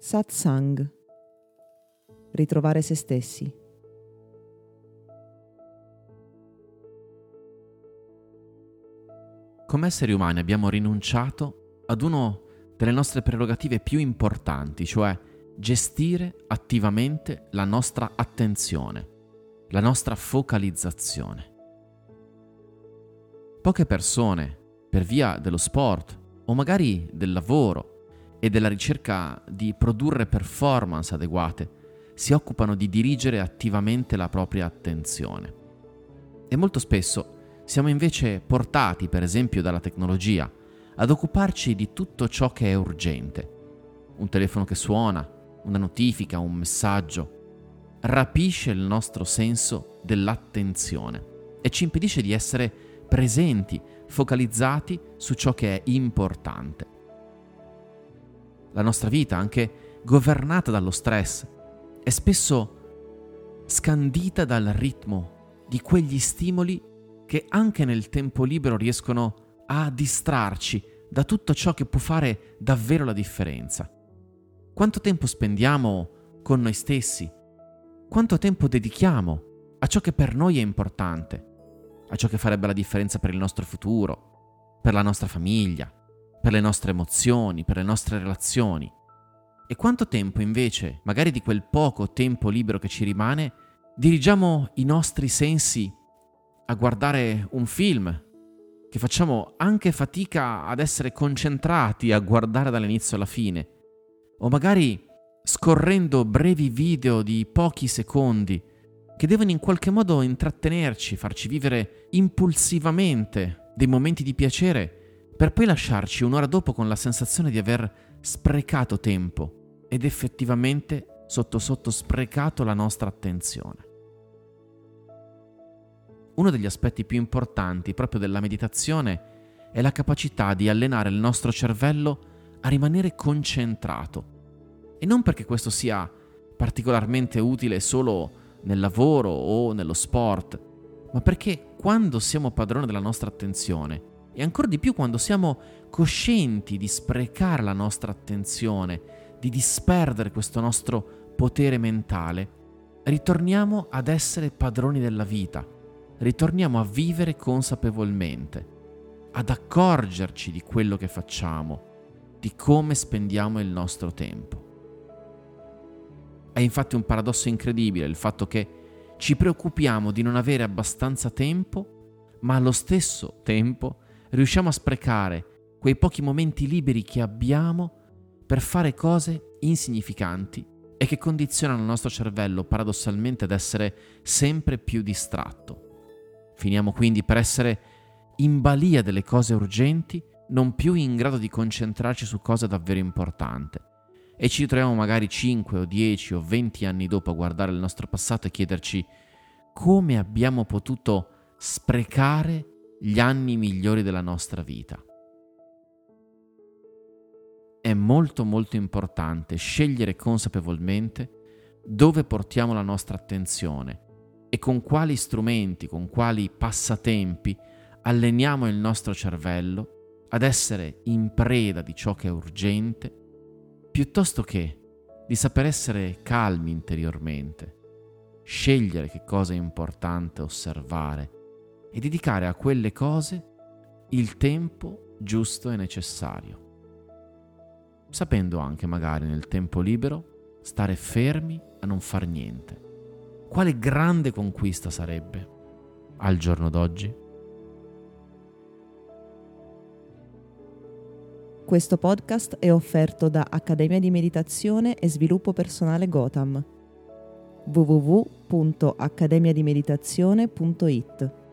Satsang. Ritrovare se stessi. Come esseri umani abbiamo rinunciato ad uno delle nostre prerogative più importanti, cioè gestire attivamente la nostra attenzione, la nostra focalizzazione. Poche persone, per via dello sport o magari del lavoro e della ricerca di produrre performance adeguate, si occupano di dirigere attivamente la propria attenzione. E molto spesso siamo invece portati, per esempio dalla tecnologia, ad occuparci di tutto ciò che è urgente. Un telefono che suona, una notifica, un messaggio, rapisce il nostro senso dell'attenzione e ci impedisce di essere presenti, focalizzati su ciò che è importante. La nostra vita, anche governata dallo stress, è spesso scandita dal ritmo di quegli stimoli che anche nel tempo libero riescono a distrarci da tutto ciò che può fare davvero la differenza. Quanto tempo spendiamo con noi stessi? Quanto tempo dedichiamo a ciò che per noi è importante, a ciò che farebbe la differenza per il nostro futuro, per la nostra famiglia, per le nostre emozioni, per le nostre relazioni? E quanto tempo invece, magari di quel poco tempo libero che ci rimane, dirigiamo i nostri sensi a guardare un film che facciamo anche fatica ad essere concentrati a guardare dall'inizio alla fine, o magari scorrendo brevi video di pochi secondi che devono in qualche modo intrattenerci, farci vivere impulsivamente dei momenti di piacere per poi lasciarci un'ora dopo con la sensazione di aver sprecato tempo ed effettivamente sotto sotto sprecato la nostra attenzione. Uno degli aspetti più importanti proprio della meditazione è la capacità di allenare il nostro cervello a rimanere concentrato. E non perché questo sia particolarmente utile solo nel lavoro o nello sport, ma perché quando siamo padroni della nostra attenzione, e ancora di più quando siamo coscienti di sprecare la nostra attenzione, di disperdere questo nostro potere mentale, ritorniamo ad essere padroni della vita. Ritorniamo a vivere consapevolmente, ad accorgerci di quello che facciamo, di come spendiamo il nostro tempo. È infatti un paradosso incredibile il fatto che ci preoccupiamo di non avere abbastanza tempo, ma allo stesso tempo riusciamo a sprecare quei pochi momenti liberi che abbiamo per fare cose insignificanti e che condizionano il nostro cervello paradossalmente ad essere sempre più distratto. Finiamo quindi per essere in balia delle cose urgenti, non più in grado di concentrarci su cose davvero importanti. E ci ritroviamo magari 5 o 10 o 20 anni dopo a guardare il nostro passato e chiederci come abbiamo potuto sprecare gli anni migliori della nostra vita. È molto molto importante scegliere consapevolmente dove portiamo la nostra attenzione e con quali strumenti, con quali passatempi alleniamo il nostro cervello ad essere in preda di ciò che è urgente, piuttosto che di saper essere calmi interiormente, scegliere che cosa è importante osservare e dedicare a quelle cose il tempo giusto e necessario, sapendo anche magari nel tempo libero stare fermi a non far niente. Quale grande conquista sarebbe al giorno d'oggi? Questo podcast è offerto da Accademia di Meditazione e Sviluppo Personale Gotham. www.accademiadimeditazione.it